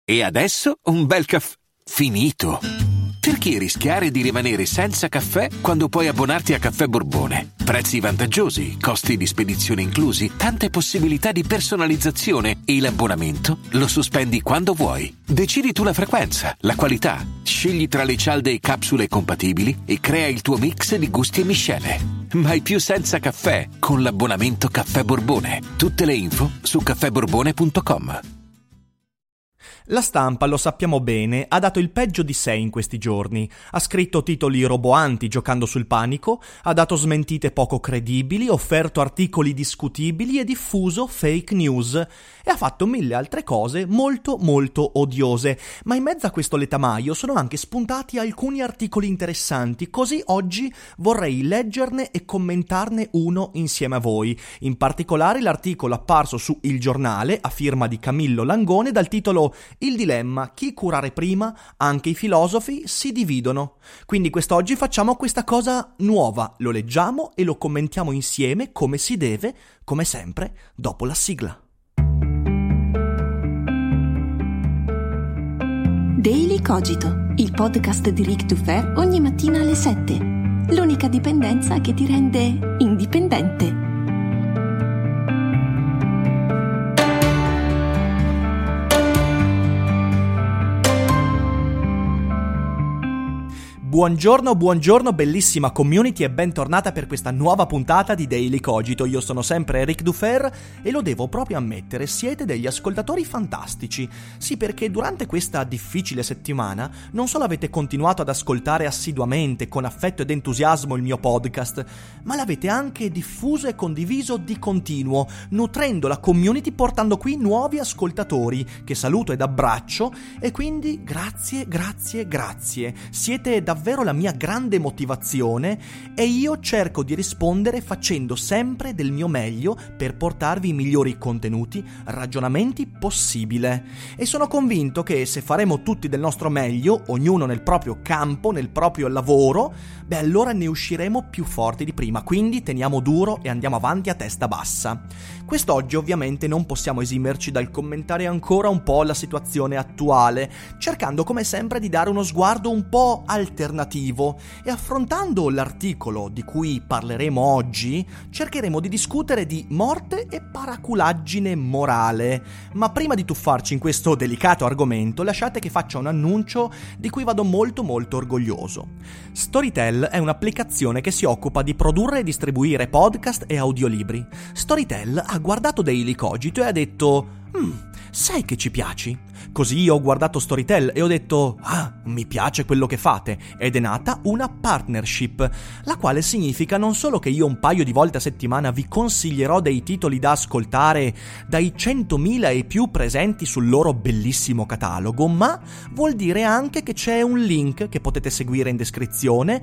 E adesso un bel caffè finito. Perché rischiare di rimanere senza caffè quando puoi abbonarti a Caffè Borbone? Prezzi vantaggiosi, costi di spedizione inclusi, tante possibilità di personalizzazione e l'abbonamento lo sospendi quando vuoi. Decidi tu la frequenza, la qualità, scegli tra le cialde e capsule compatibili e crea il tuo mix di gusti e miscele. Mai più senza caffè con l'abbonamento Caffè Borbone. Tutte le info su caffèborbone.com. La Stampa, lo sappiamo bene, ha dato il peggio di sé in questi giorni. Ha scritto titoli roboanti giocando sul panico, ha dato smentite poco credibili, offerto articoli discutibili e diffuso fake news. E ha fatto mille altre cose molto molto odiose. Ma in mezzo a questo letamaio sono anche spuntati alcuni articoli interessanti, così oggi vorrei leggerne e commentarne uno insieme a voi. In particolare l'articolo apparso su Il Giornale, a firma di Camillo Langone, dal titolo "Il dilemma, chi curare prima? Anche i filosofi si dividono". Quindi quest'oggi facciamo questa cosa nuova, lo leggiamo e lo commentiamo insieme come si deve, come sempre, dopo la sigla. Daily Cogito, il podcast di Ric Dufer ogni mattina alle 7. L'unica dipendenza che ti rende indipendente. Buongiorno, bellissima community e bentornata per questa nuova puntata di Daily Cogito. Io sono sempre Ric Dufer e lo devo proprio ammettere, siete degli ascoltatori fantastici. Sì, perché durante questa difficile settimana non solo avete continuato ad ascoltare assiduamente, con affetto ed entusiasmo il mio podcast, ma l'avete anche diffuso e condiviso di continuo, nutrendo la community, portando qui nuovi ascoltatori, che saluto ed abbraccio, e quindi grazie. Siete davvero la mia grande motivazione e io cerco di rispondere facendo sempre del mio meglio per portarvi i migliori contenuti, ragionamenti possibile. E sono convinto che se faremo tutti del nostro meglio, ognuno nel proprio campo, nel proprio lavoro, allora ne usciremo più forti di prima. Quindi teniamo duro e andiamo avanti a testa bassa. Quest'oggi ovviamente non possiamo esimerci dal commentare ancora un po' la situazione attuale, cercando come sempre di dare uno sguardo un po' alternativo, e affrontando l'articolo di cui parleremo oggi cercheremo di discutere di morte e paraculaggine morale. Ma prima di tuffarci in questo delicato argomento, lasciate che faccia un annuncio di cui vado molto orgoglioso. Storytel è un'applicazione che si occupa di produrre e distribuire podcast e audiolibri. Storytel ha guardato Daily Cogito e ha detto: sai che ci piaci? Così io ho guardato Storytel e ho detto: mi piace quello che fate, ed è nata una partnership, la quale significa non solo che io un paio di volte a settimana vi consiglierò dei titoli da ascoltare dai 100.000 e più presenti sul loro bellissimo catalogo, ma vuol dire anche che c'è un link che potete seguire in descrizione,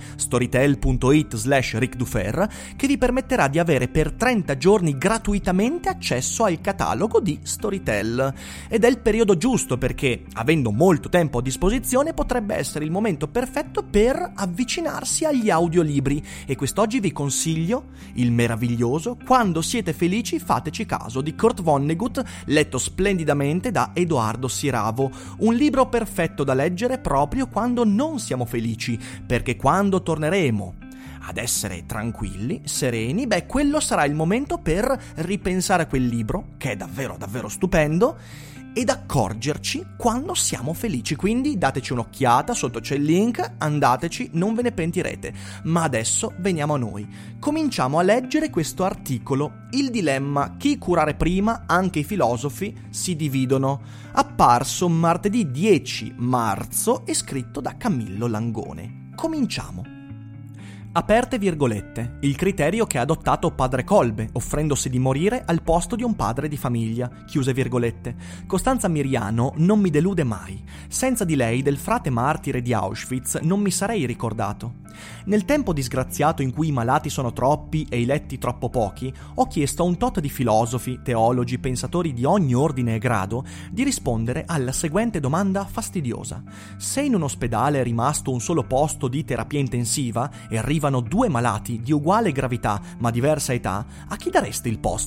storytel.it/ricdufer, che vi permetterà di avere per 30 giorni gratuitamente accesso al catalogo di Storytel. Ed è il periodo giusto, perché avendo molto tempo a disposizione potrebbe essere il momento perfetto per avvicinarsi agli audiolibri, e quest'oggi vi consiglio il meraviglioso Quando siete felici fateci caso di Kurt Vonnegut, letto splendidamente da Edoardo Siravo, un libro perfetto da leggere proprio quando non siamo felici, perché quando torneremo ad essere tranquilli, sereni, quello sarà il momento per ripensare a quel libro, che è davvero stupendo, ed accorgerci quando siamo felici. Quindi dateci un'occhiata, sotto c'è il link, andateci, non ve ne pentirete. Ma adesso veniamo a noi. Cominciamo a leggere questo articolo: "Il dilemma, chi curare prima? Anche i filosofi si dividono", apparso martedì 10 marzo e scritto da Camillo Langone. Cominciamo. Aperte virgolette, il criterio che ha adottato padre Kolbe, offrendosi di morire al posto di un padre di famiglia, chiuse virgolette. Costanza Miriano non mi delude mai. Senza di lei, del frate martire di Auschwitz, non mi sarei ricordato. Nel tempo disgraziato in cui i malati sono troppi e i letti troppo pochi, ho chiesto a un tot di filosofi, teologi, pensatori di ogni ordine e grado di rispondere alla seguente domanda fastidiosa: se in un ospedale è rimasto un solo posto di terapia intensiva e arrivano 2 malati di uguale gravità ma diversa età, a chi dareste il posto?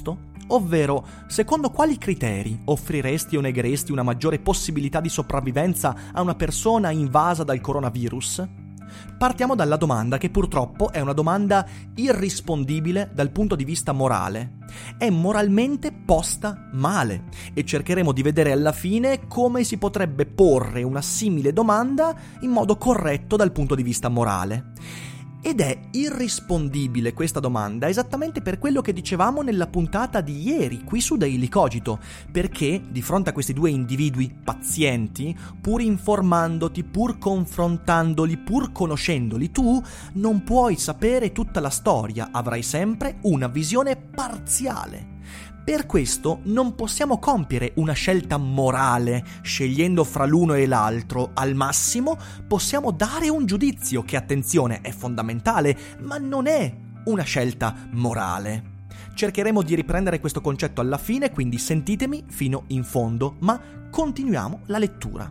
Ovvero, secondo quali criteri offriresti o negheresti una maggiore possibilità di sopravvivenza a una persona invasa dal coronavirus? Partiamo dalla domanda che purtroppo è una domanda irrispondibile dal punto di vista morale. È moralmente posta male e cercheremo di vedere alla fine come si potrebbe porre una simile domanda in modo corretto dal punto di vista morale. Ed è irrispondibile questa domanda esattamente per quello che dicevamo nella puntata di ieri qui su Daily Cogito, perché di fronte a questi due individui pazienti, pur informandoti, pur confrontandoli, pur conoscendoli, tu non puoi sapere tutta la storia, avrai sempre una visione parziale. Per questo non possiamo compiere una scelta morale, scegliendo fra l'uno e l'altro. Al massimo possiamo dare un giudizio che, attenzione, è fondamentale, ma non è una scelta morale. Cercheremo di riprendere questo concetto alla fine, quindi sentitemi fino in fondo, ma continuiamo la lettura.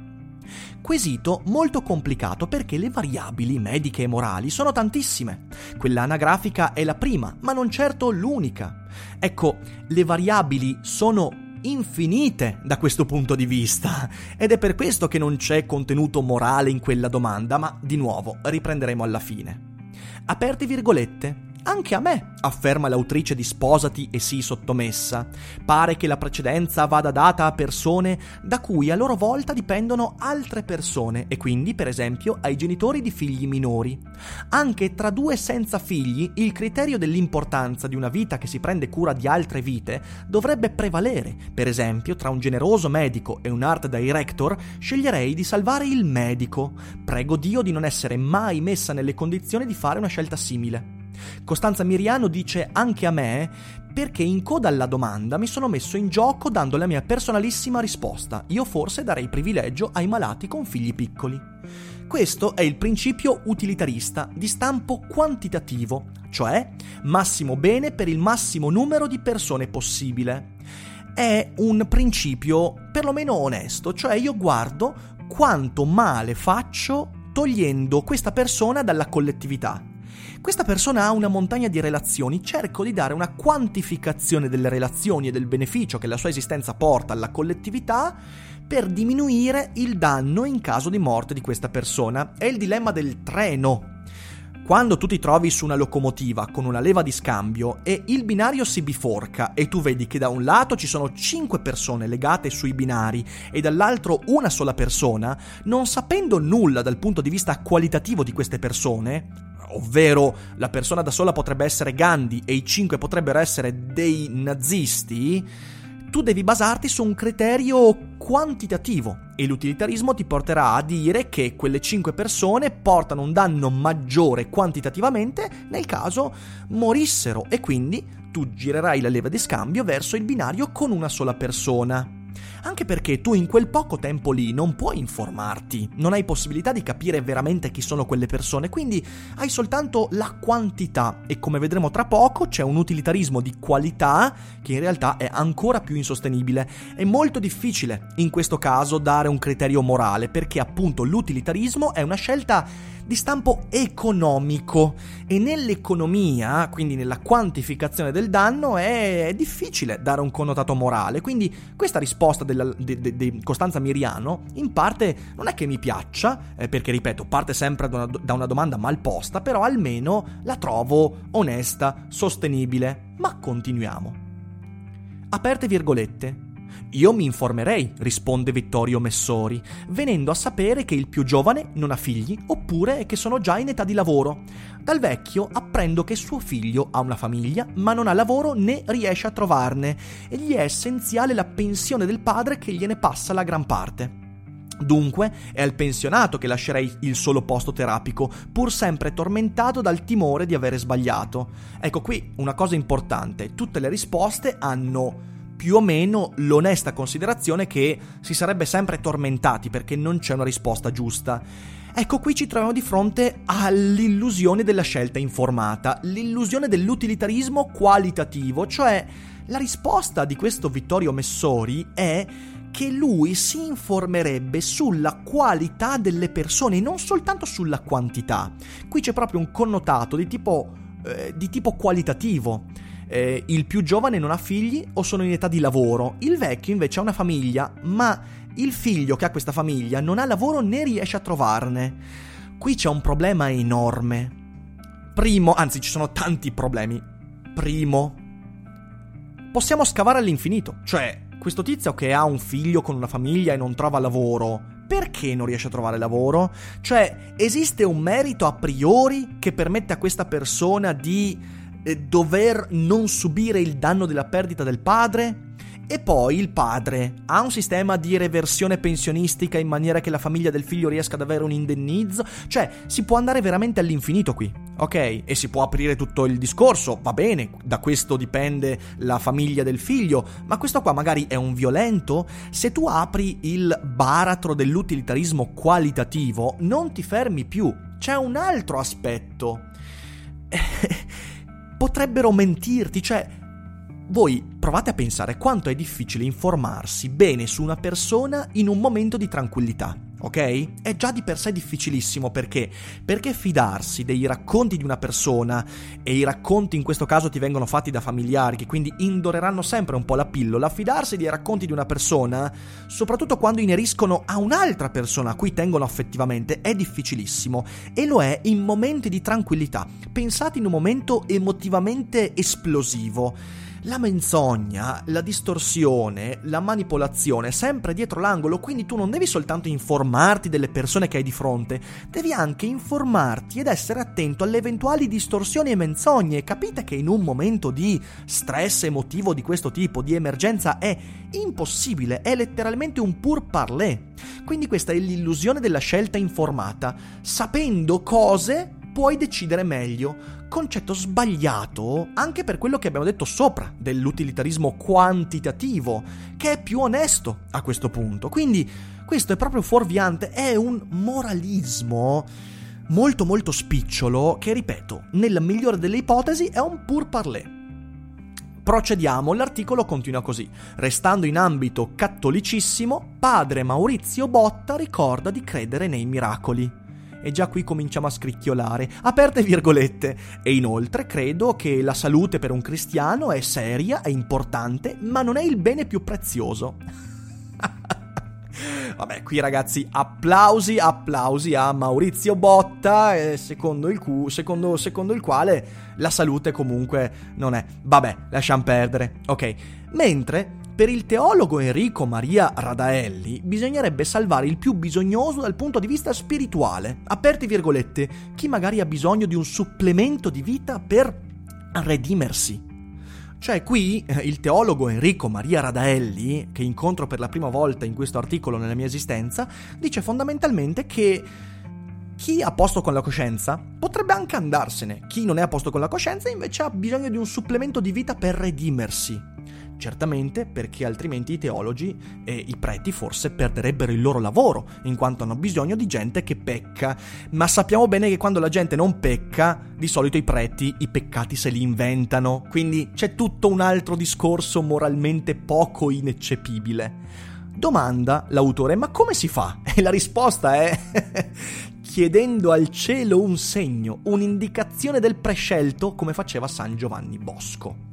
Quesito molto complicato perché le variabili mediche e morali sono tantissime. Quella anagrafica è la prima, ma non certo l'unica. Ecco, le variabili sono infinite da questo punto di vista ed è per questo che non c'è contenuto morale in quella domanda, ma di nuovo riprenderemo alla fine. Aperte virgolette. Anche a me, afferma l'autrice di Sposati e sii sottomessa. Pare che la precedenza vada data a persone da cui a loro volta dipendono altre persone e quindi, per esempio, ai genitori di figli minori. Anche tra due senza figli, il criterio dell'importanza di una vita che si prende cura di altre vite dovrebbe prevalere. Per esempio, tra un generoso medico e un art director, sceglierei di salvare il medico. Prego Dio di non essere mai messa nelle condizioni di fare una scelta simile. Costanza Miriano dice anche a me perché in coda alla domanda mi sono messo in gioco dando la mia personalissima risposta. Io forse darei privilegio ai malati con figli piccoli. Questo è il principio utilitarista di stampo quantitativo, cioè massimo bene per il massimo numero di persone possibile. È un principio perlomeno onesto, cioè io guardo quanto male faccio togliendo questa persona dalla collettività. Questa persona ha una montagna di relazioni, cerco di dare una quantificazione delle relazioni e del beneficio che la sua esistenza porta alla collettività per diminuire il danno in caso di morte di questa persona. È il dilemma del treno. Quando tu ti trovi su una locomotiva con una leva di scambio e il binario si biforca e tu vedi che da un lato ci sono 5 persone legate sui binari e dall'altro una sola persona, non sapendo nulla dal punto di vista qualitativo di queste persone, ovvero la persona da sola potrebbe essere Gandhi e i 5 potrebbero essere dei nazisti, tu devi basarti su un criterio quantitativo e l'utilitarismo ti porterà a dire che quelle 5 persone portano un danno maggiore quantitativamente nel caso morissero e quindi tu girerai la leva di scambio verso il binario con una sola persona. Anche perché tu in quel poco tempo lì non puoi informarti, non hai possibilità di capire veramente chi sono quelle persone, quindi hai soltanto la quantità e come vedremo tra poco c'è un utilitarismo di qualità che in realtà è ancora più insostenibile. È molto difficile in questo caso dare un criterio morale perché appunto l'utilitarismo è una scelta di stampo economico e nell'economia, quindi nella quantificazione del danno, è difficile dare un connotato morale. Quindi questa risposta di Costanza Miriano in parte non è che mi piaccia, perché ripeto, parte sempre da una domanda mal posta, però almeno la trovo onesta, sostenibile. Ma continuiamo. Aperte virgolette. Io mi informerei, risponde Vittorio Messori, venendo a sapere che il più giovane non ha figli oppure che sono già in età di lavoro. Dal vecchio apprendo che suo figlio ha una famiglia ma non ha lavoro né riesce a trovarne e gli è essenziale la pensione del padre che gliene passa la gran parte. Dunque è al pensionato che lascerei il solo posto terapico, pur sempre tormentato dal timore di avere sbagliato. Ecco qui una cosa importante, tutte le risposte hanno più o meno l'onesta considerazione che si sarebbe sempre tormentati perché non c'è una risposta giusta. Ecco, qui ci troviamo di fronte all'illusione della scelta informata, l'illusione dell'utilitarismo qualitativo, cioè la risposta di questo Vittorio Messori è che lui si informerebbe sulla qualità delle persone e non soltanto sulla quantità. Qui c'è proprio un connotato di tipo qualitativo. il più giovane non ha figli o sono in età di lavoro, il vecchio invece ha una famiglia, ma il figlio che ha questa famiglia non ha lavoro né riesce a trovarne. Qui c'è un problema enorme. Primo, anzi ci sono tanti problemi. Primo, possiamo scavare all'infinito, cioè questo tizio che ha un figlio con una famiglia e non trova lavoro, perché non riesce a trovare lavoro? Cioè, esiste un merito a priori che permette a questa persona di dover non subire il danno della perdita del padre? E poi il padre ha un sistema di reversione pensionistica in maniera che la famiglia del figlio riesca ad avere un indennizzo? Cioè, si può andare veramente all'infinito qui, ok? E si può aprire tutto il discorso, va bene, da questo dipende la famiglia del figlio, ma questo qua magari è un violento? Se tu apri il baratro dell'utilitarismo qualitativo, non ti fermi più, c'è un altro aspetto. Potrebbero mentirti, cioè... Voi provate a pensare quanto è difficile informarsi bene su una persona in un momento di tranquillità, ok? È già di per sé difficilissimo, perché fidarsi dei racconti di una persona, e i racconti in questo caso ti vengono fatti da familiari che quindi indoreranno sempre un po' la pillola, fidarsi dei racconti di una persona, soprattutto quando ineriscono a un'altra persona a cui tengono affettivamente, è difficilissimo, e lo è in momenti di tranquillità. Pensate in un momento emotivamente esplosivo. La menzogna, la distorsione, la manipolazione è sempre dietro l'angolo, quindi tu non devi soltanto informarti delle persone che hai di fronte, devi anche informarti ed essere attento alle eventuali distorsioni e menzogne. Capite che in un momento di stress emotivo di questo tipo, di emergenza, è impossibile, è letteralmente un pourparlers. Quindi questa è l'illusione della scelta informata. Sapendo cose puoi decidere meglio. Concetto sbagliato anche per quello che abbiamo detto sopra dell'utilitarismo quantitativo, che è più onesto a questo punto. Quindi questo è proprio fuorviante, è un moralismo molto molto spicciolo che, ripeto, nella migliore delle ipotesi è un pourparlers. Procediamo, l'articolo continua così. Restando in ambito cattolicissimo, padre Maurizio Botta ricorda di credere nei miracoli. E già qui cominciamo a scricchiolare, aperte virgolette. E inoltre credo che la salute per un cristiano è seria, è importante, ma non è il bene più prezioso. Vabbè, qui ragazzi, applausi a Maurizio Botta, secondo il quale la salute comunque non è. Vabbè, lasciamo perdere, ok. Mentre per il teologo Enrico Maria Radaelli bisognerebbe salvare il più bisognoso dal punto di vista spirituale. Aperti virgolette, chi magari ha bisogno di un supplemento di vita per redimersi. Cioè qui il teologo Enrico Maria Radaelli, che incontro per la prima volta in questo articolo nella mia esistenza, dice fondamentalmente che chi è a posto con la coscienza potrebbe anche andarsene, chi non è a posto con la coscienza invece ha bisogno di un supplemento di vita per redimersi. Certamente perché altrimenti i teologi e i preti forse perderebbero il loro lavoro, in quanto hanno bisogno di gente che pecca, ma sappiamo bene che quando la gente non pecca, di solito i preti i peccati se li inventano, quindi c'è tutto un altro discorso moralmente poco ineccepibile. Domanda l'autore, ma come si fa? E la risposta è chiedendo al cielo un segno, un'indicazione del prescelto, come faceva San Giovanni Bosco.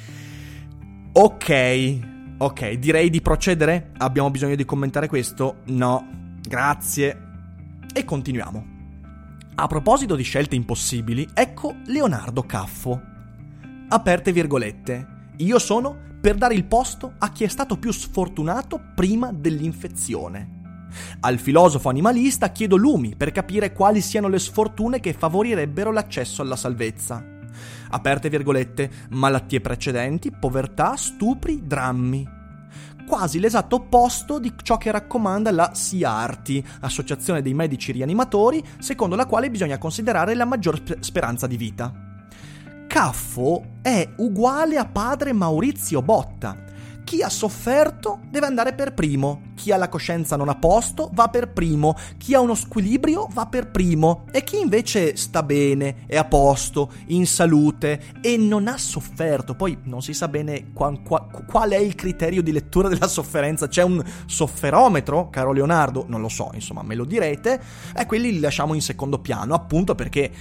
Ok, direi di procedere? Abbiamo bisogno di commentare questo? No, grazie. E continuiamo. A proposito di scelte impossibili, ecco Leonardo Caffo. Aperte virgolette. Io sono per dare il posto a chi è stato più sfortunato prima dell'infezione. Al filosofo animalista chiedo lumi per capire quali siano le sfortune che favorirebbero l'accesso alla salvezza. Aperte virgolette, malattie precedenti, povertà, stupri, drammi. Quasi l'esatto opposto di ciò che raccomanda la SIARTI, Associazione dei Medici Rianimatori, secondo la quale bisogna considerare la maggior speranza di vita. Caffo è uguale a padre Maurizio Botta, Chi ha sofferto deve andare per primo, chi ha la coscienza non a posto va per primo, chi ha uno squilibrio va per primo, e chi invece sta bene, è a posto, in salute e non ha sofferto. Poi non si sa bene qual è il criterio di lettura della sofferenza. C'è un sofferometro, caro Leonardo? Non lo so, insomma, me lo direte. E quelli li lasciamo in secondo piano, appunto perché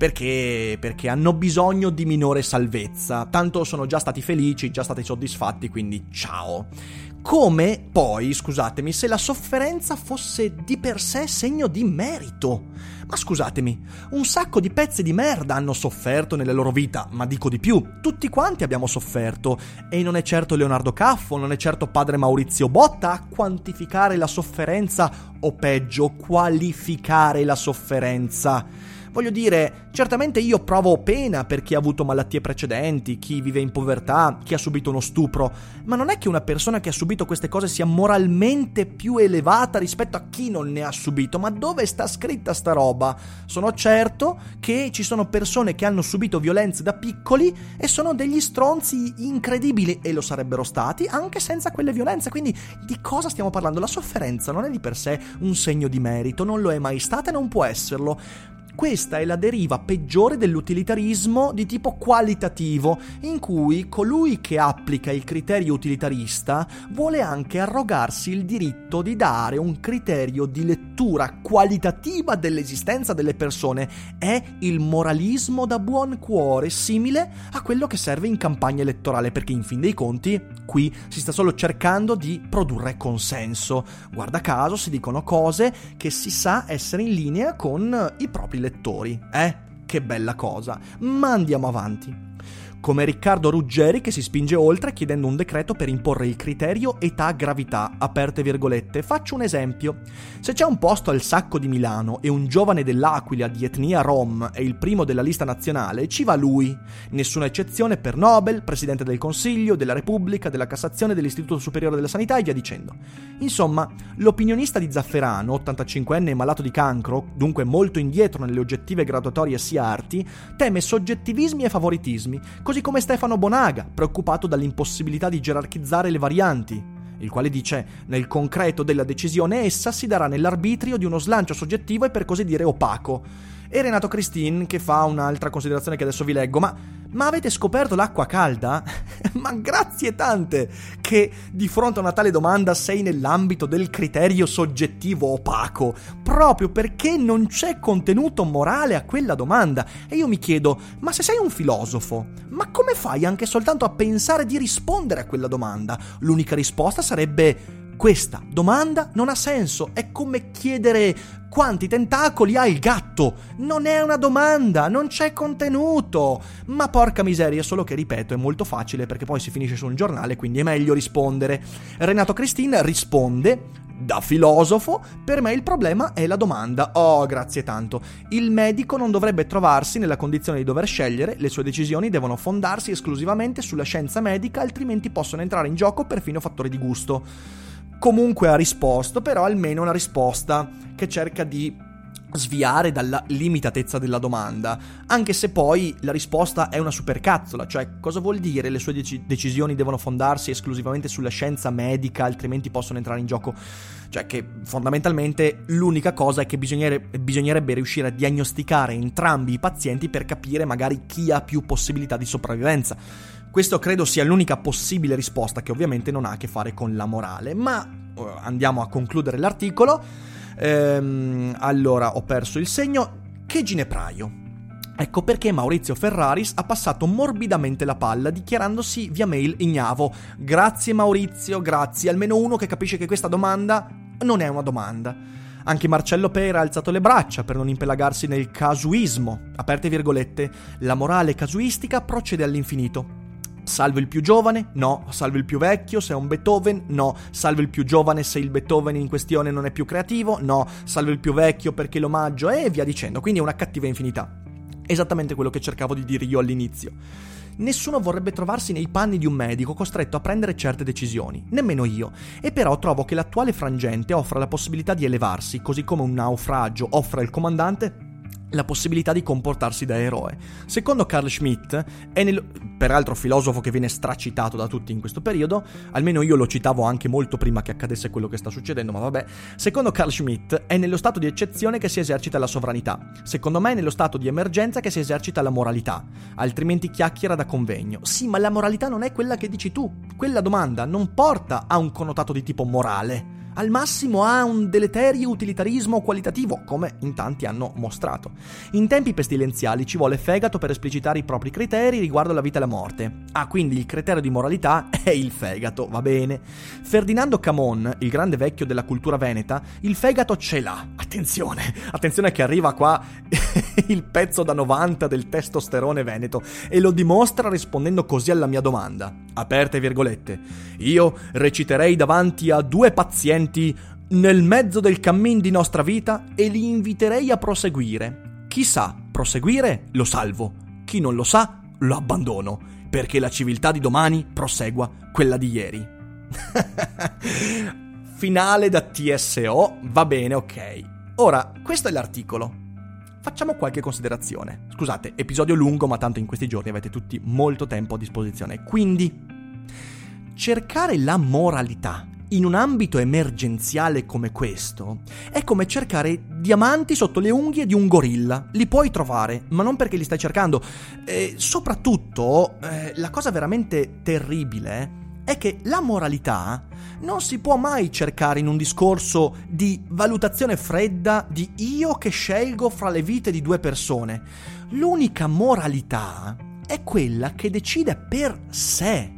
hanno bisogno di minore salvezza. Tanto sono già stati felici, già stati soddisfatti, quindi ciao. Come poi, scusatemi, se la sofferenza fosse di per sé segno di merito. Ma scusatemi, un sacco di pezzi di merda hanno sofferto nella loro vita, ma dico di più, tutti quanti abbiamo sofferto, e non è certo Leonardo Caffo, non è certo padre Maurizio Botta a quantificare la sofferenza, o peggio, qualificare la sofferenza. Voglio dire, certamente io provo pena per chi ha avuto malattie precedenti, chi vive in povertà, chi ha subito uno stupro, ma non è che una persona che ha subito queste cose sia moralmente più elevata rispetto a chi non ne ha subito. Ma dove sta scritta sta roba? Sono certo che ci sono persone che hanno subito violenze da piccoli e sono degli stronzi incredibili, e lo sarebbero stati anche senza quelle violenze. Quindi di cosa stiamo parlando? La sofferenza non è di per sé un segno di merito, non lo è mai stata e non può esserlo. Questa è la deriva peggiore dell'utilitarismo di tipo qualitativo, in cui colui che applica il criterio utilitarista vuole anche arrogarsi il diritto di dare un criterio di lettura qualitativa dell'esistenza delle persone. È il moralismo da buon cuore, simile a quello che serve in campagna elettorale, perché in fin dei conti qui si sta solo cercando di produrre consenso. Guarda caso si dicono cose che si sa essere in linea con i propri lettori. Che bella cosa. Ma andiamo avanti. Come Riccardo Ruggeri, che si spinge oltre chiedendo un decreto per imporre il criterio età-gravità, aperte virgolette. Faccio un esempio. Se c'è un posto al Sacco di Milano e un giovane dell'Aquila di etnia rom è il primo della lista nazionale, ci va lui. Nessuna eccezione per Nobel, Presidente del Consiglio, della Repubblica, della Cassazione, dell'Istituto Superiore della Sanità e via dicendo. Insomma, l'opinionista di Zafferano, 85enne e malato di cancro, dunque molto indietro nelle oggettive graduatorie SIARTI, teme soggettivismi e favoritismi, così come Stefano Bonaga, preoccupato dall'impossibilità di gerarchizzare le varianti, il quale dice: nel concreto della decisione essa si darà nell'arbitrio di uno slancio soggettivo e per così dire opaco. E Renato Cristin, che fa un'altra considerazione che adesso vi leggo: ma avete scoperto l'acqua calda? Ma grazie tante che di fronte a una tale domanda sei nell'ambito del criterio soggettivo opaco, proprio perché non c'è contenuto morale a quella domanda. E io mi chiedo, ma se sei un filosofo, ma come fai anche soltanto a pensare di rispondere a quella domanda? L'unica risposta sarebbe: questa domanda non ha senso, è come chiedere quanti tentacoli ha il gatto. Non è una domanda, non c'è contenuto. Ma porca miseria, solo che, ripeto, è molto facile perché poi si finisce su un giornale, quindi è meglio rispondere. Renato Cristin risponde: da filosofo, per me il problema è la domanda. Oh, grazie tanto. Il medico non dovrebbe trovarsi nella condizione di dover scegliere, le sue decisioni devono fondarsi esclusivamente sulla scienza medica, altrimenti possono entrare in gioco perfino fattori di gusto. Comunque ha risposto, però almeno una risposta che cerca di sviare dalla limitatezza della domanda, anche se poi la risposta è una supercazzola. Cioè, cosa vuol dire le sue decisioni devono fondarsi esclusivamente sulla scienza medica, altrimenti possono entrare in gioco? Cioè che fondamentalmente l'unica cosa è che bisognerebbe riuscire a diagnosticare entrambi i pazienti per capire magari chi ha più possibilità di sopravvivenza. Questo credo sia l'unica possibile risposta, che ovviamente non ha a che fare con la morale. Ma andiamo a concludere l'articolo. Allora, ho perso il segno. Che ginepraio. Ecco perché Maurizio Ferraris ha passato morbidamente la palla, dichiarandosi via mail ignavo. Grazie Maurizio, grazie. Almeno uno che capisce che questa domanda non è una domanda. Anche Marcello Pera ha alzato le braccia per non impelagarsi nel casuismo. Aperte virgolette. La morale casuistica procede all'infinito. Salvo il più giovane? No. Salvo il più vecchio se è un Beethoven? No. Salvo il più giovane se il Beethoven in questione non è più creativo? No. Salvo il più vecchio perché l'omaggio e via dicendo. Quindi è una cattiva infinità. Esattamente quello che cercavo di dire io all'inizio. Nessuno vorrebbe trovarsi nei panni di un medico costretto a prendere certe decisioni, nemmeno io, e però trovo che l'attuale frangente offra la possibilità di elevarsi, così come un naufragio offre al comandante la possibilità di comportarsi da eroe. Secondo Carl Schmitt, peraltro filosofo che viene stracitato da tutti in questo periodo, almeno io lo citavo anche molto prima che accadesse quello che sta succedendo, ma vabbè, secondo Carl Schmitt è nello stato di eccezione che si esercita la sovranità. Secondo me è nello stato di emergenza che si esercita la moralità, altrimenti chiacchiera da convegno. Sì, ma la moralità non è quella che dici tu. Quella domanda non porta a un connotato di tipo morale. Al massimo ha un deleterio utilitarismo qualitativo, come in tanti hanno mostrato. In tempi pestilenziali ci vuole fegato per esplicitare i propri criteri riguardo alla vita e la morte. Ah, quindi il criterio di moralità è il fegato, va bene. Ferdinando Camon, il grande vecchio della cultura veneta, il fegato ce l'ha. Attenzione che arriva qua il pezzo da 90 del testosterone veneto e lo dimostra rispondendo così alla mia domanda. Aperte virgolette. Io reciterei davanti a 2 pazienti nel mezzo del cammin di nostra vita e li inviterei a proseguire. Chi sa proseguire lo salvo, chi non lo sa lo abbandono, perché la civiltà di domani prosegua quella di ieri. Finale da TSO, va bene, ok. Ora, questo è l'articolo. Facciamo qualche considerazione. Scusate, episodio lungo, ma tanto in questi giorni avete tutti molto tempo a disposizione. Quindi, cercare la moralità in un ambito emergenziale come questo è come cercare diamanti sotto le unghie di un gorilla. Li puoi trovare, ma non perché li stai cercando. Soprattutto, la cosa veramente terribile è che la moralità non si può mai cercare in un discorso di valutazione fredda di io che scelgo fra le vite di 2 persone. L'unica moralità è quella che decide per sé.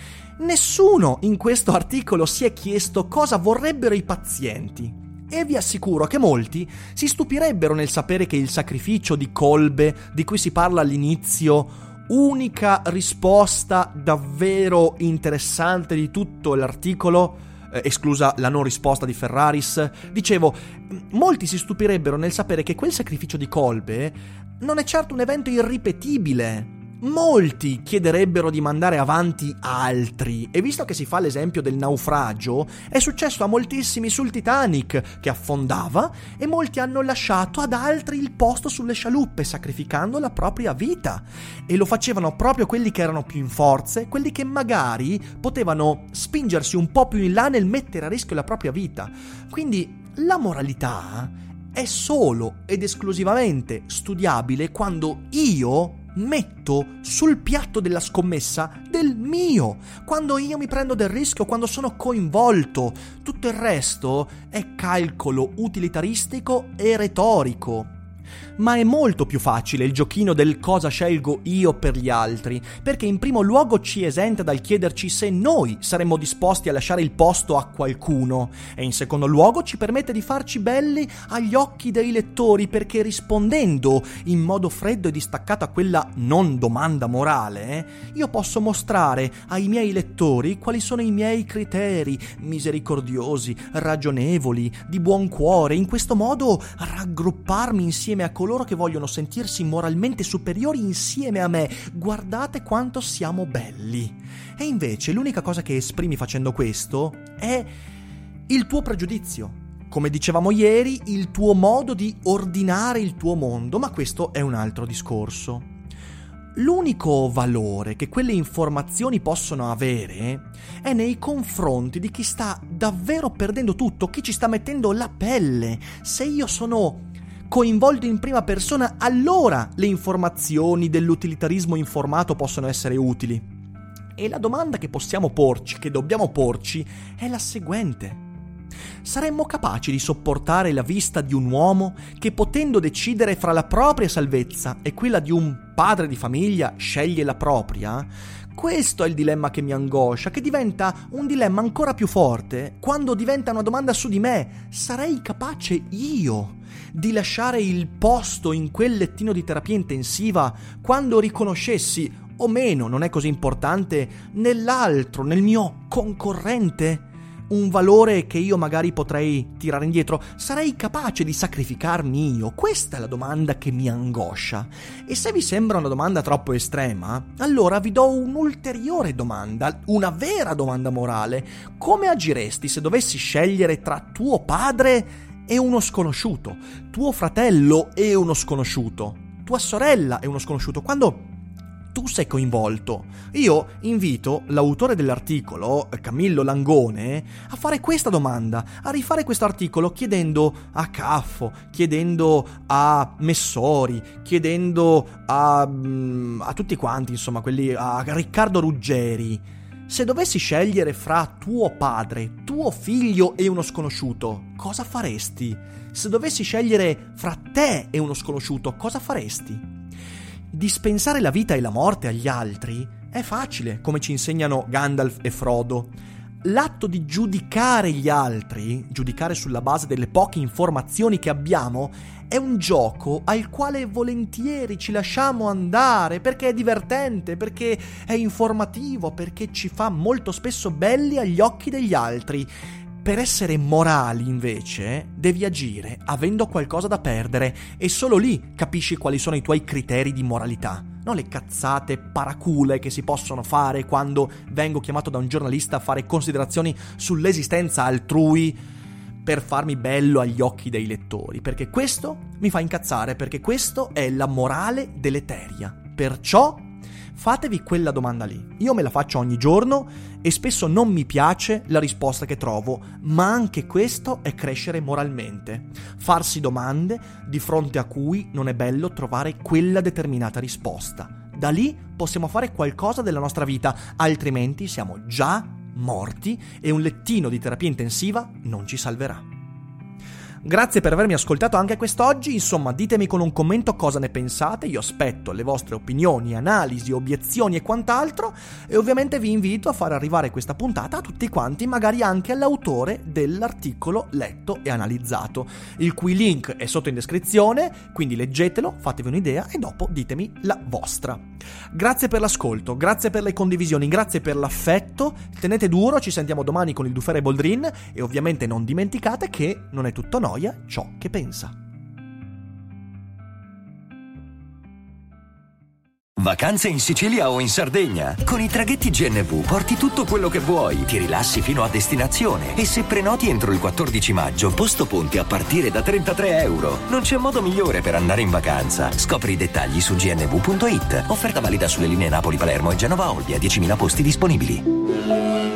Nessuno in questo articolo si è chiesto cosa vorrebbero i pazienti e vi assicuro che molti si stupirebbero nel sapere che il sacrificio di Kolbe, di cui si parla all'inizio, unica risposta davvero interessante di tutto l'articolo, esclusa la non risposta di Ferraris, dicevo, molti si stupirebbero nel sapere che quel sacrificio di Kolbe non è certo un evento irripetibile. Molti chiederebbero di mandare avanti altri, e visto che si fa l'esempio del naufragio, è successo a moltissimi sul Titanic che affondava e molti hanno lasciato ad altri il posto sulle scialuppe sacrificando la propria vita, e lo facevano proprio quelli che erano più in forze, quelli che magari potevano spingersi un po' più in là nel mettere a rischio la propria vita. Quindi la moralità è solo ed esclusivamente studiabile quando io metto sul piatto della scommessa del mio, quando io mi prendo del rischio, quando sono coinvolto. Tutto il resto è calcolo utilitaristico e retorico. Ma è molto più facile il giochino del cosa scelgo io per gli altri, perché in primo luogo ci esenta dal chiederci se noi saremmo disposti a lasciare il posto a qualcuno, e in secondo luogo ci permette di farci belli agli occhi dei lettori, perché rispondendo in modo freddo e distaccato a quella non domanda morale, io posso mostrare ai miei lettori quali sono i miei criteri misericordiosi, ragionevoli, di buon cuore, in questo modo raggrupparmi insieme a coloro che vogliono sentirsi moralmente superiori insieme a me. Guardate quanto siamo belli. E invece l'unica cosa che esprimi facendo questo è il tuo pregiudizio. Come dicevamo ieri, il tuo modo di ordinare il tuo mondo, ma questo è un altro discorso. L'unico valore che quelle informazioni possono avere è nei confronti di chi sta davvero perdendo tutto, chi ci sta mettendo la pelle. Se io sono coinvolto in prima persona, allora le informazioni dell'utilitarismo informato possono essere utili. E la domanda che possiamo porci, che dobbiamo porci, è la seguente: saremmo capaci di sopportare la vista di un uomo che, potendo decidere fra la propria salvezza e quella di un padre di famiglia, sceglie la propria? Questo è il dilemma che mi angoscia, che diventa un dilemma ancora più forte quando diventa una domanda su di me. Sarei capace io di lasciare il posto in quel lettino di terapia intensiva quando riconoscessi, o meno, non è così importante, nell'altro, nel mio concorrente, un valore che io magari potrei tirare indietro? Sarei capace di sacrificarmi io? Questa è la domanda che mi angoscia. E se vi sembra una domanda troppo estrema, allora vi do un'ulteriore domanda, una vera domanda morale. Come agiresti se dovessi scegliere tra tuo padre è uno sconosciuto, tuo fratello è uno sconosciuto, tua sorella è uno sconosciuto. Quando tu sei coinvolto, io invito l'autore dell'articolo, Camillo Langone, a fare questa domanda, a rifare questo articolo chiedendo a Caffo, chiedendo a Messori, chiedendo a tutti quanti, insomma, quelli, a Riccardo Ruggeri. Se dovessi scegliere fra tuo padre, tuo figlio e uno sconosciuto, cosa faresti? Se dovessi scegliere fra te e uno sconosciuto, cosa faresti? Dispensare la vita e la morte agli altri è facile, come ci insegnano Gandalf e Frodo. L'atto di giudicare gli altri, giudicare sulla base delle poche informazioni che abbiamo, è un gioco al quale volentieri ci lasciamo andare perché è divertente, perché è informativo, perché ci fa molto spesso belli agli occhi degli altri. Per essere morali, invece, devi agire avendo qualcosa da perdere e solo lì capisci quali sono i tuoi criteri di moralità. Non le cazzate paracule che si possono fare quando vengo chiamato da un giornalista a fare considerazioni sull'esistenza altrui per farmi bello agli occhi dei lettori, perché questo mi fa incazzare, perché questo è la morale deleteria. Perciò fatevi quella domanda lì. Io me la faccio ogni giorno e spesso non mi piace la risposta che trovo, ma anche questo è crescere moralmente. Farsi domande di fronte a cui non è bello trovare quella determinata risposta. Da lì possiamo fare qualcosa della nostra vita, altrimenti siamo già morti e un lettino di terapia intensiva non ci salverà. Grazie per avermi ascoltato anche quest'oggi, insomma ditemi con un commento cosa ne pensate, io aspetto le vostre opinioni, analisi, obiezioni e quant'altro e ovviamente vi invito a far arrivare questa puntata a tutti quanti, magari anche all'autore dell'articolo letto e analizzato, il cui link è sotto in descrizione, quindi leggetelo, fatevi un'idea e dopo ditemi la vostra. Grazie per l'ascolto, grazie per le condivisioni, grazie per l'affetto, tenete duro, ci sentiamo domani con il Dufer e Boldrin e ovviamente non dimenticate che non è tutto noia ciò che pensa. Vacanze in Sicilia o in Sardegna? Con i traghetti GNV porti tutto quello che vuoi, ti rilassi fino a destinazione e se prenoti entro il 14 maggio, posto ponti a partire da €33. Non c'è modo migliore per andare in vacanza. Scopri i dettagli su gnv.it. Offerta valida sulle linee Napoli-Palermo e Genova-Olbia, 10.000 posti disponibili.